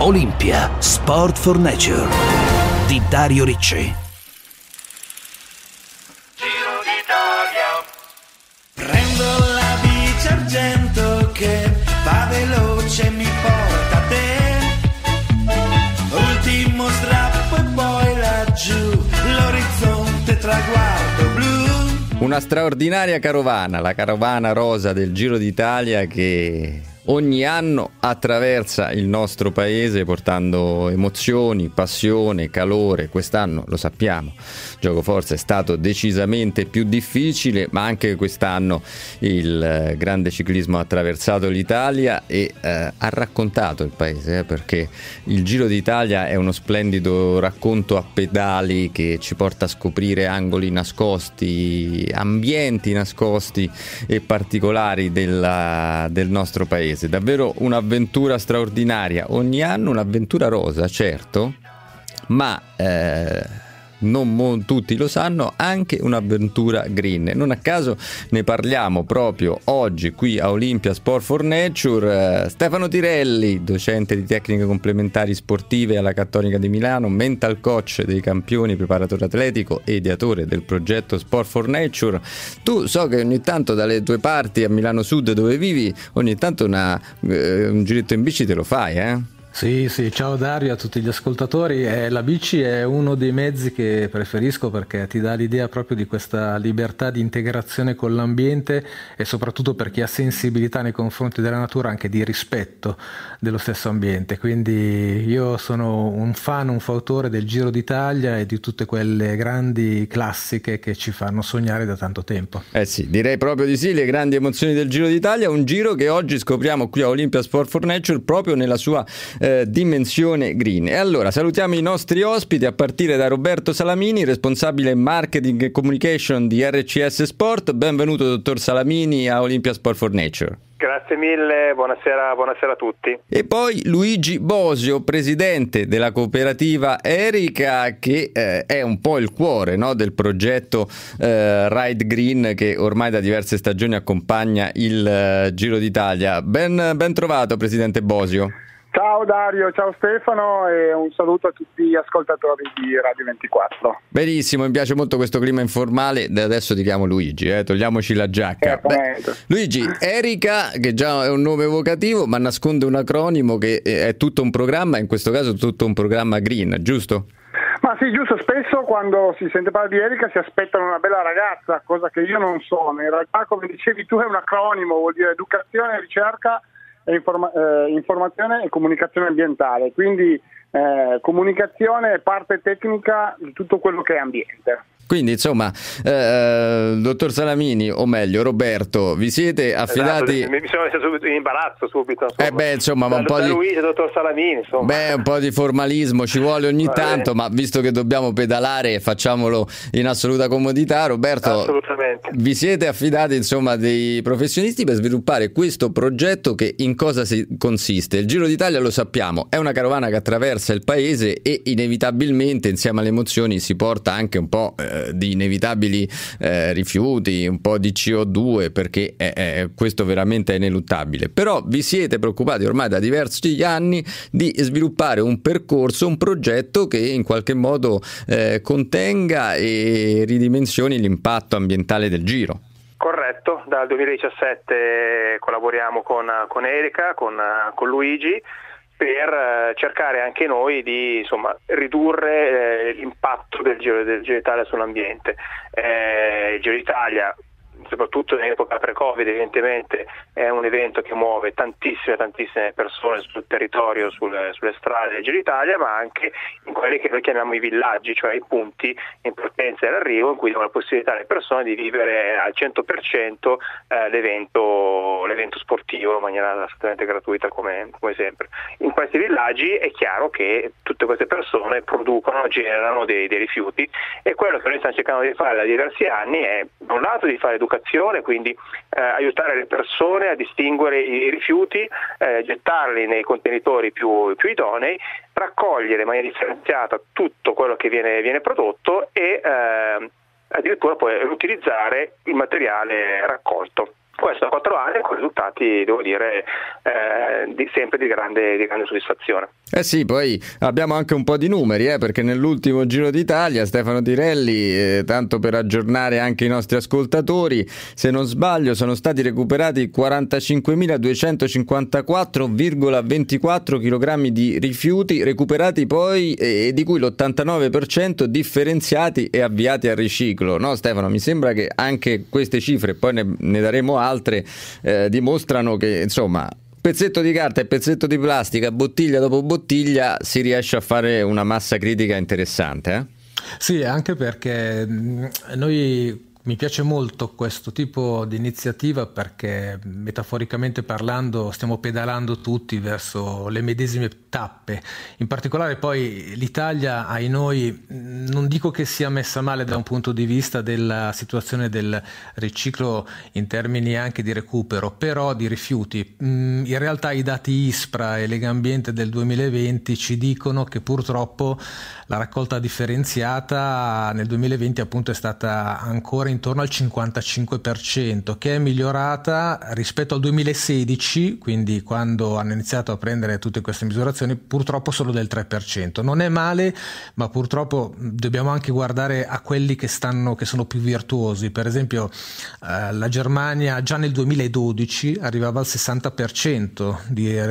Olimpia Sport for Nature di Dario Ricci. Giro d'Italia. Prendo la bici argento che va veloce e mi porta a te. Ultimo strappo e poi laggiù l'orizzonte traguardo blu. Una straordinaria carovana, la carovana rosa del Giro d'Italia che ogni anno attraversa il nostro paese portando emozioni, passione, calore. Quest'anno, lo sappiamo, gioco forza è stato decisamente più difficile, ma anche quest'anno il grande ciclismo ha attraversato l'Italia e ha raccontato il paese, perché il Giro d'Italia è uno splendido racconto a pedali che ci porta a scoprire angoli nascosti, ambienti nascosti e particolari del nostro paese. Davvero un'avventura straordinaria, ogni anno un'avventura rosa, certo, ma non tutti lo sanno, anche un'avventura green. Non a caso ne parliamo proprio oggi qui a Olimpia Sport for Nature. Stefano Tirelli, docente di tecniche complementari sportive alla Cattolica di Milano, mental coach dei campioni, preparatore atletico e ideatore del progetto Sport for Nature. Tu so che ogni tanto dalle tue parti a Milano Sud dove vivi, ogni tanto un giretto in bici te lo fai, eh? Sì, ciao Dario, a tutti gli ascoltatori. La bici è uno dei mezzi che preferisco perché ti dà l'idea proprio di questa libertà di integrazione con l'ambiente e soprattutto per chi ha sensibilità nei confronti della natura, anche di rispetto dello stesso ambiente. Quindi io sono un fan, un fautore del Giro d'Italia e di tutte quelle grandi classiche che ci fanno sognare da tanto tempo. Sì, direi proprio di sì, le grandi emozioni del Giro d'Italia, un giro che oggi scopriamo qui a Olimpia Sport for Nature proprio nella sua dimensione green. E allora salutiamo i nostri ospiti, a partire da Roberto Salamini, responsabile marketing e communication di RCS Sport. Benvenuto dottor Salamini a Olimpia Sport for Nature. Grazie mille, buonasera a tutti. E poi Luigi Bosio, presidente della cooperativa Erica, che è un po' il cuore, no, del progetto Ride Green che ormai da diverse stagioni accompagna il Giro d'Italia. Ben trovato, presidente Bosio. Ciao Dario, ciao Stefano e un saluto a tutti gli ascoltatori di Radio 24. Benissimo, mi piace molto questo clima informale. Adesso ti chiamo Luigi, togliamoci la giacca. Luigi, Erica, che già è un nome evocativo, ma nasconde un acronimo che è tutto un programma, in questo caso tutto un programma green, giusto? Ma sì, giusto, spesso quando si sente parlare di Erica si aspettano una bella ragazza, cosa che io non sono. In realtà, come dicevi tu, è un acronimo, vuol dire educazione, ricerca, informazione e comunicazione ambientale, quindi comunicazione e parte tecnica di tutto quello che è ambiente. Quindi insomma, dottor Salamini, o meglio Roberto, vi siete affidati... Esatto, mi sono messo subito in imbarazzo subito. Insomma, ma un po' di Luigi, dottor Salamini, insomma. Un po' di formalismo ci vuole ogni tanto, ma visto che dobbiamo pedalare, facciamolo in assoluta comodità. Roberto, assolutamente. Vi siete affidati insomma dei professionisti per sviluppare questo progetto che in cosa consiste? Il Giro d'Italia, lo sappiamo, è una carovana che attraversa il paese e inevitabilmente insieme alle emozioni si porta anche un po' di inevitabili rifiuti, un po' di CO2, perché questo veramente è ineluttabile. Però vi siete preoccupati ormai da diversi anni di sviluppare un percorso, un progetto che in qualche modo contenga e ridimensioni l'impatto ambientale del Giro. Corretto, dal 2017 collaboriamo con Erica, con Luigi, per cercare anche noi di ridurre l'impatto del Giro d'Italia sull'ambiente. Il Giro d'Italia, soprattutto in epoca pre-Covid, evidentemente è un evento che muove tantissime persone sul territorio, sulle strade del Giro d'Italia, ma anche in quelli che noi chiamiamo i villaggi, cioè i punti in partenza e arrivo, in cui diamo la possibilità alle persone di vivere al 100% l'evento sportivo in maniera assolutamente gratuita come sempre. In questi villaggi è chiaro che tutte queste persone generano dei rifiuti, e quello che noi stiamo cercando di fare da diversi anni è, da un lato, di fare educazione, quindi aiutare le persone a distinguere i rifiuti, gettarli nei contenitori più idonei, raccogliere in maniera differenziata tutto quello che viene prodotto e addirittura poi riutilizzare il materiale raccolto. Questo da 4 anni con risultati, devo dire, sempre di grande soddisfazione. Sì, poi abbiamo anche un po' di numeri, perché nell'ultimo Giro d'Italia Stefano Tirelli, tanto per aggiornare anche i nostri ascoltatori, se non sbaglio sono stati recuperati 45.254,24 kg di rifiuti recuperati poi, di cui l'89% differenziati e avviati al riciclo, no Stefano? Mi sembra che anche queste cifre, poi ne daremo altre, dimostrano che insomma pezzetto di carta e pezzetto di plastica, bottiglia dopo bottiglia, si riesce a fare una massa critica interessante. Sì, anche perché mi piace molto questo tipo di iniziativa, perché metaforicamente parlando stiamo pedalando tutti verso le medesime tappe. In particolare poi l'Italia, ai noi, non dico che sia messa male da un punto di vista della situazione del riciclo in termini anche di recupero, però di rifiuti. In realtà i dati ISPRA e Legambiente del 2020 ci dicono che purtroppo la raccolta differenziata nel 2020 appunto è stata ancora intorno al 55%, che è migliorata rispetto al 2016, quindi quando hanno iniziato a prendere tutte queste misurazioni, purtroppo solo del 3%. Non è male, ma purtroppo dobbiamo anche guardare a quelli che sono più virtuosi. Per esempio la Germania già nel 2012 arrivava al 60%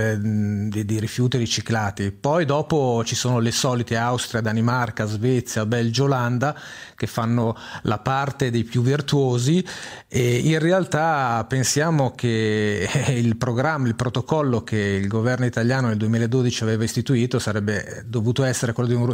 di rifiuti riciclati. Poi dopo ci sono le solite Austria, Danimarca, Svezia, Belgio, Olanda, che fanno la parte dei più virtuosi, e in realtà pensiamo che il protocollo che il governo italiano nel 2012 aveva istituito sarebbe dovuto essere quello di un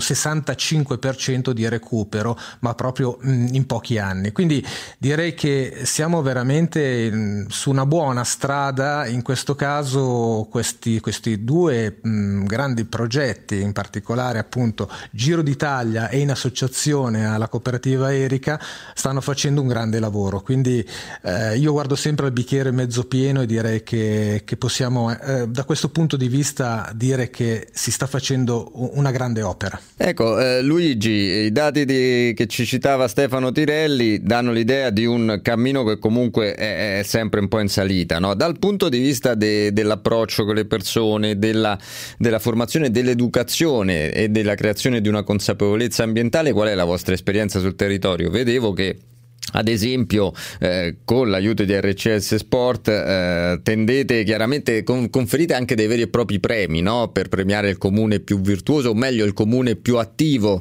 65% di recupero, ma proprio in pochi anni. Quindi direi che siamo veramente su una buona strada. In questo caso questi due grandi progetti, in particolare appunto Giro d'Italia e in associazione alla cooperativa Erica, stanno facendo un grande lavoro. Quindi io guardo sempre al bicchiere mezzo pieno e direi che possiamo da questo punto di vista dire che si sta facendo una grande opera. Ecco, Luigi, i dati che ci citava Stefano Tirelli danno l'idea di un cammino che comunque è sempre un po' in salita, no? Dal punto di vista dell'approccio con le persone, della formazione, dell'educazione e della creazione di una consapevolezza ambientale, qual è la vostra esperienza sul territorio? Vedevo che ad esempio con l'aiuto di RCS Sport tendete chiaramente, conferite anche dei veri e propri premi, no? Per premiare il comune più virtuoso, o meglio il comune più attivo,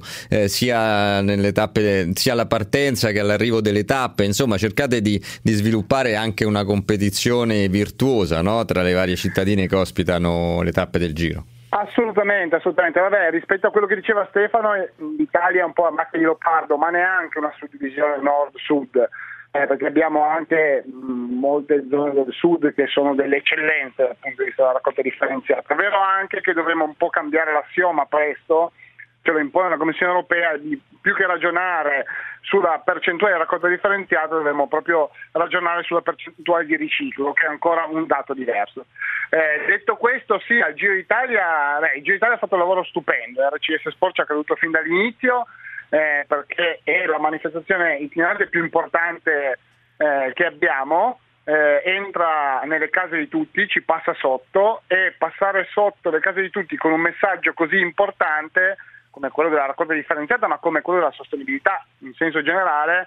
sia nelle tappe, sia alla partenza che all'arrivo delle tappe. Insomma, cercate di sviluppare anche una competizione virtuosa, no? Tra le varie cittadine che ospitano le tappe del Giro. Assolutamente. Vabbè, rispetto a quello che diceva Stefano, l'Italia è un po' a macchia di leopardo, ma neanche una suddivisione nord-sud, perché abbiamo anche molte zone del sud che sono delle eccellenze dal punto di vista della raccolta differenziata. È vero anche che dovremo un po' cambiare l'assioma presto, ce lo impone la Commissione europea, più che ragionare sulla percentuale di raccolta differenziata dovremmo proprio ragionare sulla percentuale di riciclo, che è ancora un dato diverso. Detto questo, sì, al Giro d'Italia, il Giro d'Italia ha fatto un lavoro stupendo, RCS Sport ci ha creduto fin dall'inizio, perché è la manifestazione itinerante più importante che abbiamo. Entra nelle case di tutti, ci passa sotto, e passare sotto le case di tutti con un messaggio così importante come quello della raccolta differenziata, ma come quello della sostenibilità in senso generale,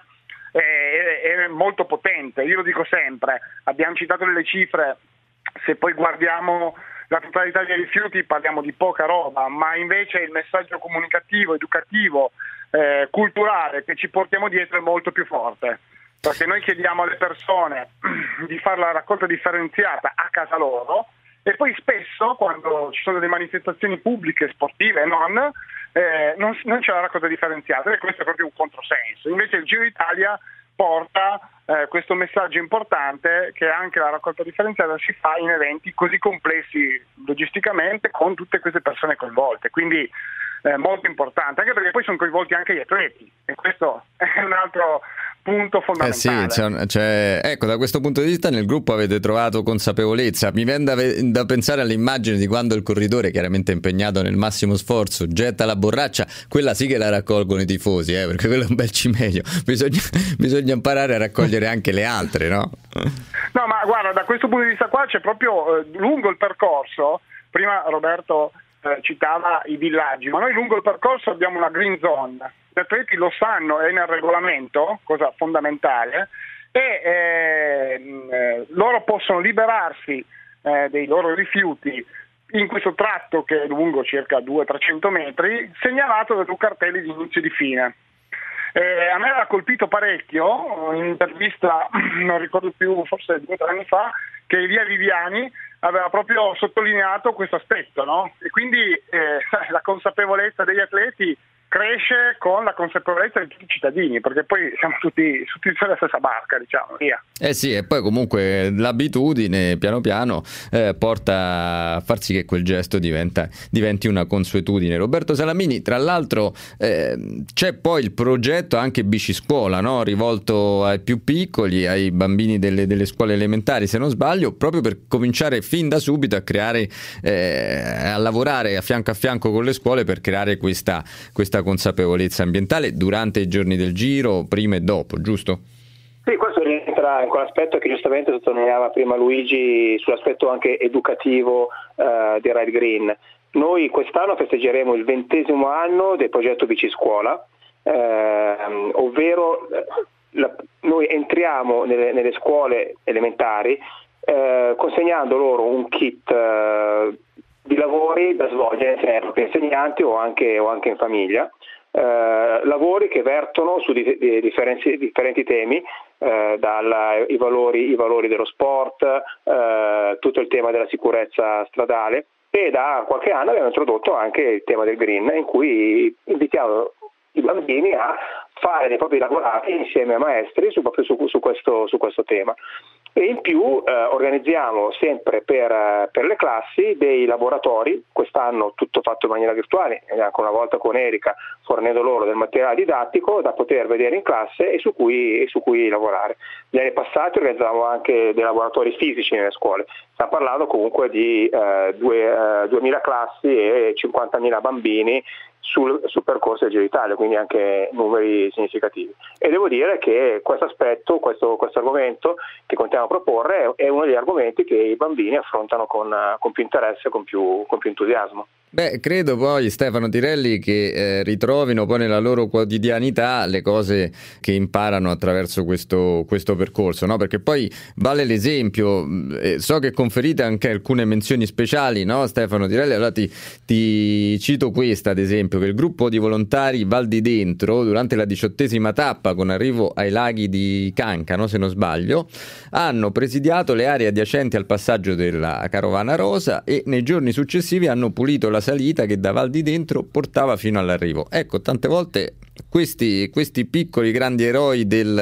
è molto potente. Io lo dico sempre, abbiamo citato delle cifre, se poi guardiamo la totalità dei rifiuti parliamo di poca roba, ma invece il messaggio comunicativo, educativo, culturale che ci portiamo dietro è molto più forte, perché noi chiediamo alle persone di fare la raccolta differenziata a casa loro, e poi spesso quando ci sono delle manifestazioni pubbliche, sportive e non c'è la raccolta differenziata, e questo è proprio un controsenso. Invece il Giro d'Italia porta questo messaggio importante, che anche la raccolta differenziata si fa in eventi così complessi logisticamente, con tutte queste persone coinvolte, quindi molto importante, anche perché poi sono coinvolti anche gli atleti, e questo è un altro punto fondamentale. Ecco, da questo punto di vista nel gruppo avete trovato consapevolezza. Mi viene da pensare all'immagine di quando il corridore, chiaramente impegnato nel massimo sforzo, getta la borraccia, quella sì che la raccolgono i tifosi, perché quello è un bel cimelio. Bisogna imparare a raccogliere anche le altre, no? No, ma guarda, da questo punto di vista qua c'è proprio lungo il percorso, prima Roberto citava i villaggi, ma noi lungo il percorso abbiamo una green zone. Gli atleti lo sanno, è nel regolamento, cosa fondamentale, e loro possono liberarsi dei loro rifiuti in questo tratto che è lungo circa 200-300 metri, segnalato da 2 cartelli di inizio e di fine. A me ha colpito parecchio, in un'intervista, non ricordo più, forse 2 o 3 anni fa, che Elia Viviani aveva proprio sottolineato questo aspetto, no? E quindi la consapevolezza degli atleti cresce con la consapevolezza di tutti i cittadini, perché poi siamo tutti sulla stessa barca, diciamo, via. Sì, e poi comunque l'abitudine piano piano porta a far sì che quel gesto diventi una consuetudine. Roberto Salamini, tra l'altro c'è poi il progetto anche Biciscuola, no? Rivolto ai più piccoli, ai bambini delle scuole elementari, se non sbaglio, proprio per cominciare fin da subito a creare, a lavorare a fianco con le scuole per creare questa consapevolezza ambientale durante i giorni del Giro, prima e dopo, giusto? Sì, questo rientra in quell'aspetto che giustamente sottolineava prima Luigi sull'aspetto anche educativo di Ride Green. Noi quest'anno festeggeremo il 20° anno del progetto Biciscuola, ovvero noi entriamo nelle scuole elementari consegnando loro un kit di lavori da svolgere insieme ai propri insegnanti o anche in famiglia, lavori che vertono su differenti temi, i valori dello sport, tutto il tema della sicurezza stradale, e da qualche anno abbiamo introdotto anche il tema del green, in cui invitiamo i bambini a fare dei propri lavorati insieme ai maestri proprio su questo tema. E in più organizziamo sempre per le classi dei laboratori, quest'anno tutto fatto in maniera virtuale, ancora una volta con Erika, fornendo loro del materiale didattico da poter vedere in classe e su cui lavorare. Gli anni passati organizzavamo anche dei laboratori fisici nelle scuole. Stiamo parlando comunque di 2.000 classi e 50.000 bambini sul percorso del Giro d'Italia, quindi anche numeri significativi. E devo dire che questo aspetto, questo argomento che continuiamo a proporre è uno degli argomenti che i bambini affrontano con più interesse, con più entusiasmo. Beh, credo poi, Stefano Tirelli, che ritrovino poi nella loro quotidianità le cose che imparano attraverso questo percorso, no? Perché poi vale l'esempio, so che conferite anche alcune menzioni speciali, no, Stefano Tirelli? Allora ti cito questa, ad esempio, che il gruppo di volontari Val di Dentro, durante la 18ª tappa con arrivo ai laghi di Cancano, se non sbaglio, hanno presidiato le aree adiacenti al passaggio della Carovana Rosa e nei giorni successivi hanno pulito la salita che da Val di Dentro portava fino all'arrivo. Ecco, tante volte questi piccoli grandi eroi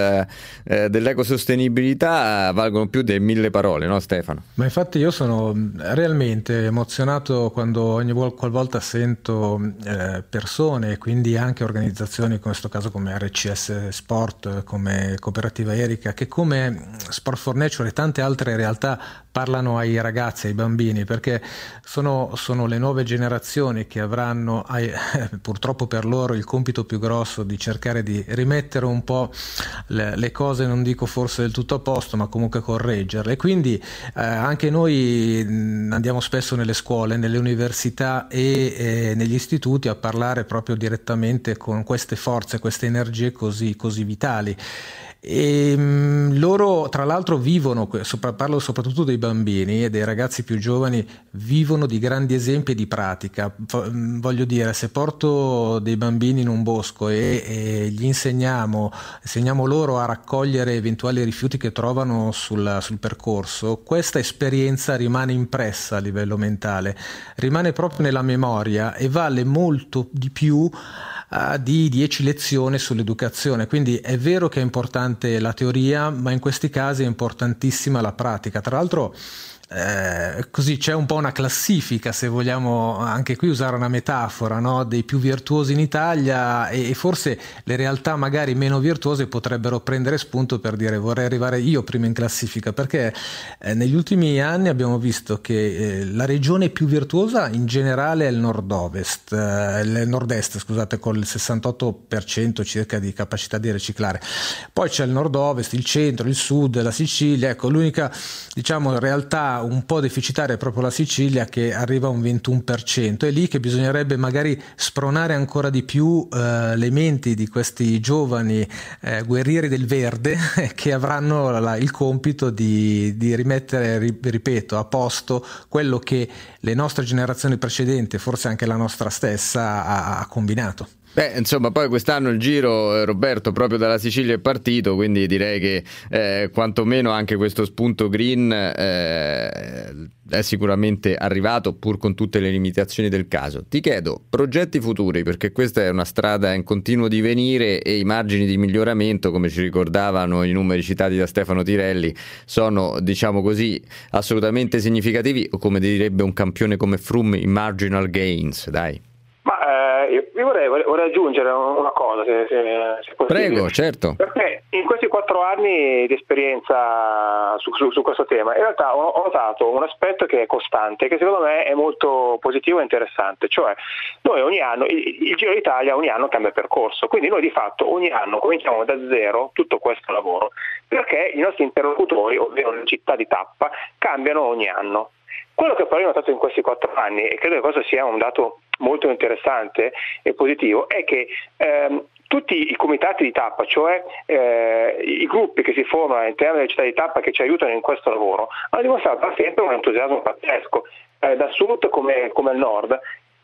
dell'ecosostenibilità valgono più di 1000 parole, no Stefano? Ma infatti io sono realmente emozionato quando qualvolta sento persone e quindi anche organizzazioni, in questo caso come RCS Sport, come Cooperativa Erika, che come Sport for Nature e tante altre realtà parlano ai ragazzi, ai bambini, perché sono le nuove generazioni che avranno purtroppo per loro il compito più grosso di cercare di rimettere un po' le cose, non dico forse del tutto a posto, ma comunque correggerle. Quindi anche noi andiamo spesso nelle scuole, nelle università e negli istituti a parlare proprio direttamente con queste forze, queste energie così vitali. E loro tra l'altro vivono, parlo soprattutto dei bambini e dei ragazzi più giovani, vivono di grandi esempi di pratica. Voglio dire, se porto dei bambini in un bosco e gli insegniamo loro a raccogliere eventuali rifiuti che trovano sul percorso, questa esperienza rimane impressa a livello mentale, rimane proprio nella memoria e vale molto di più di 10 lezioni sull'educazione. Quindi è vero che è importante la teoria, ma in questi casi è importantissima la pratica. Tra l'altro così c'è un po' una classifica, se vogliamo anche qui usare una metafora, no? Dei più virtuosi in Italia, e forse le realtà magari meno virtuose potrebbero prendere spunto per dire vorrei arrivare io prima in classifica, perché negli ultimi anni abbiamo visto che la regione più virtuosa in generale è il nord-est, scusate, con il 68% circa di capacità di riciclare. Poi c'è il nord-ovest, il centro, il sud, la Sicilia. Ecco, l'unica, diciamo, realtà un po' deficitaria è proprio la Sicilia, che arriva a un 21%. È lì che bisognerebbe magari spronare ancora di più le menti di questi giovani guerrieri del verde che avranno il compito di rimettere, ripeto, a posto quello che le nostre generazioni precedenti, forse anche la nostra stessa, ha combinato. Beh, insomma, poi quest'anno il giro, Roberto, proprio dalla Sicilia è partito, quindi direi che quantomeno anche questo spunto green è sicuramente arrivato, pur con tutte le limitazioni del caso. Ti chiedo, progetti futuri, perché questa è una strada in continuo divenire e i margini di miglioramento, come ci ricordavano i numeri citati da Stefano Tirelli, sono, diciamo così, assolutamente significativi, o come direbbe un campione come Froome, i marginal gains, dai. Io vorrei aggiungere una cosa, se possibile. Prego, certo. Perché in questi 4 anni di esperienza su questo tema, in realtà ho notato un aspetto che è costante, che secondo me è molto positivo e interessante, cioè noi ogni anno, il Giro d'Italia ogni anno cambia percorso, quindi noi di fatto ogni anno cominciamo da zero tutto questo lavoro, perché i nostri interlocutori, ovvero le città di tappa, cambiano ogni anno. Quello che poi ho notato in questi 4 anni, e credo che questo sia un dato molto interessante e positivo, è che tutti i comitati di tappa, cioè i gruppi che si formano all'interno delle città di tappa che ci aiutano in questo lavoro, hanno dimostrato sempre un entusiasmo pazzesco, da sud come al nord.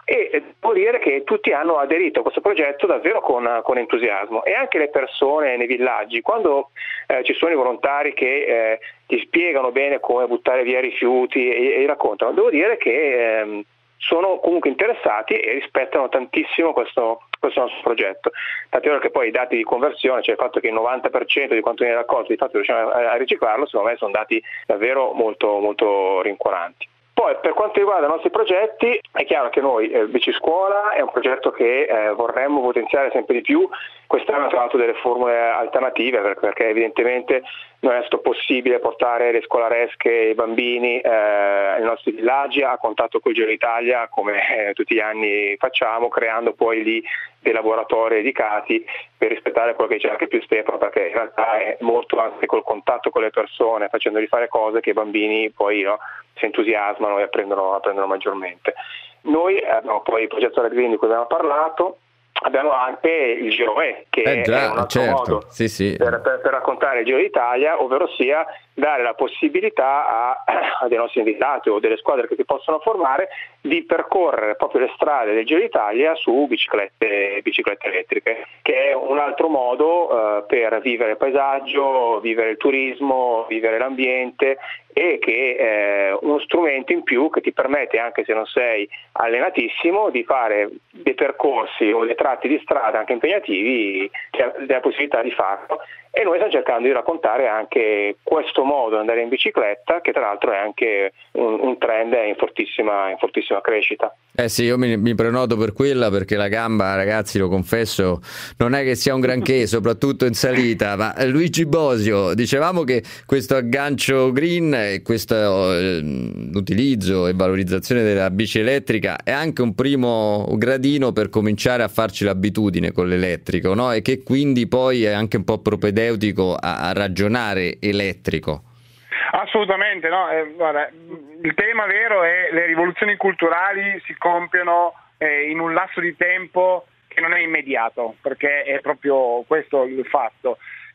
E devo dire che tutti hanno aderito a questo progetto davvero con entusiasmo, e anche le persone nei villaggi, quando ci sono i volontari che ti spiegano bene come buttare via i rifiuti e raccontano, devo dire che sono comunque interessati e rispettano tantissimo questo nostro progetto. Tant'è vero che poi i dati di conversione, cioè il fatto che il 90% di quanto viene raccolto di fatto riusciamo a riciclarlo, secondo me sono dati davvero molto, molto rincuoranti. Poi per quanto riguarda i nostri progetti, è chiaro che noi, Bici Scuola è un progetto che vorremmo potenziare sempre di più. Quest'anno abbiamo trovato delle formule alternative, perché evidentemente non è stato possibile portare le scolaresche e i bambini ai nostri villaggi a contatto con il Giro d'Italia, come tutti gli anni facciamo, creando poi lì dei laboratori dedicati per rispettare quello che dice anche più Stefano, perché in realtà è molto anche col contatto con le persone, facendoli fare cose che i bambini poi si entusiasmano e apprendono maggiormente. Noi abbiamo poi il progetto Red Green di cui abbiamo parlato. Abbiamo anche il Giro che è un altro modo sì. Per raccontare il Giro d'Italia, ovvero sia dare la possibilità a dei nostri invitati o delle squadre che si possono formare di percorrere proprio le strade del Giro d'Italia su biciclette elettriche, che è un altro modo per vivere il paesaggio, vivere il turismo, vivere l'ambiente, e che è uno strumento in più che ti permette, anche se non sei allenatissimo, di fare dei percorsi o dei tratti di strada anche impegnativi, della possibilità di farlo. E noi stiamo cercando di raccontare anche questo modo di andare in bicicletta, che tra l'altro è anche un trend in fortissima crescita. Sì, io mi prenoto per quella, perché la gamba, ragazzi, lo confesso, non è che sia un granché, soprattutto in salita. Ma Luigi Bosio, dicevamo che questo aggancio green e questo utilizzo e valorizzazione della bici elettrica è anche un primo gradino per cominciare a farci l'abitudine con l'elettrico, no? E che quindi poi è anche un po' propedeutico a ragionare elettrico. Assolutamente, no? Guarda, il tema vero è le rivoluzioni culturali si compiono in un lasso di tempo che non è immediato, perché è proprio questo il fatto.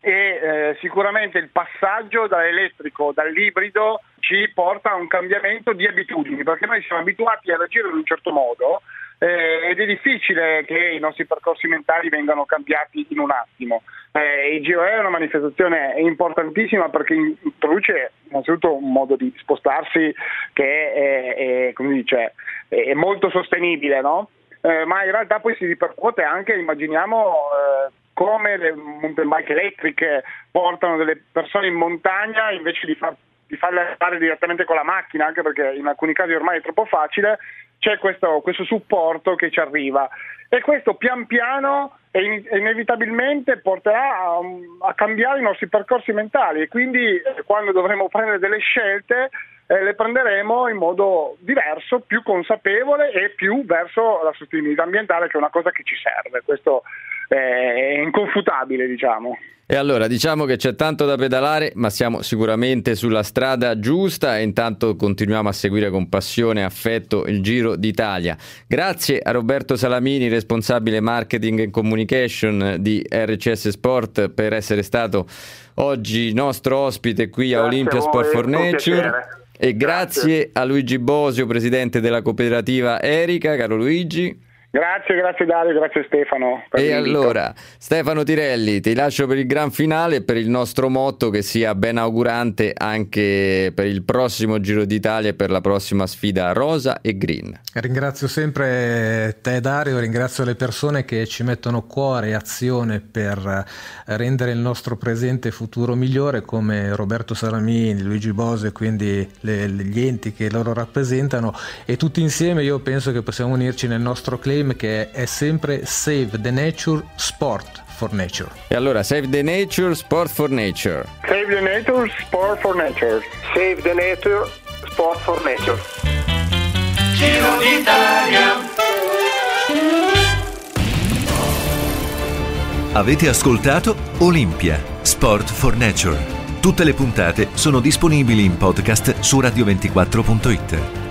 E sicuramente il passaggio dall'elettrico, dall'ibrido, ci porta a un cambiamento di abitudini, perché noi siamo abituati ad agire in un certo modo ed è difficile che i nostri percorsi mentali vengano cambiati in un attimo. Il Giro è una manifestazione importantissima, perché introduce innanzitutto un modo di spostarsi che è molto sostenibile, no? Ma in realtà poi si ripercuote anche, immaginiamo, come le mountain bike elettriche portano delle persone in montagna invece di far di farle fare direttamente con la macchina, anche perché in alcuni casi ormai è troppo facile, c'è questo supporto che ci arriva, e questo pian piano e inevitabilmente porterà a cambiare i nostri percorsi mentali, e quindi quando dovremo prendere delle scelte le prenderemo in modo diverso, più consapevole e più verso la sostenibilità ambientale, che è una cosa che ci serve. Questo è inconfutabile, diciamo. E allora diciamo che c'è tanto da pedalare, ma siamo sicuramente sulla strada giusta, e intanto continuiamo a seguire con passione e affetto il Giro d'Italia. Grazie a Roberto Salamini, responsabile marketing e communication di RCS Sport, per essere stato oggi nostro ospite qui a Olympia Sport for Nature. E grazie a Luigi Bosio, presidente della cooperativa Erica. Caro Luigi. Grazie Dario, grazie Stefano. E allora, Stefano Tirelli, ti lascio per il gran finale e per il nostro motto, che sia ben augurante anche per il prossimo Giro d'Italia e per la prossima sfida rosa e green. Ringrazio sempre te Dario, ringrazio le persone che ci mettono cuore e azione per rendere il nostro presente e futuro migliore, come Roberto Salamini, Luigi Bosio, e quindi gli enti che loro rappresentano, e tutti insieme io penso che possiamo unirci nel nostro claim, che è sempre Save the Nature, Sport for Nature. E allora, Save the Nature, Sport for Nature. Save the Nature, Sport for Nature. Save the Nature, Sport for Nature. Giro d'Italia. Avete ascoltato Olympia, Sport for Nature. Tutte le puntate sono disponibili in podcast su radio24.it.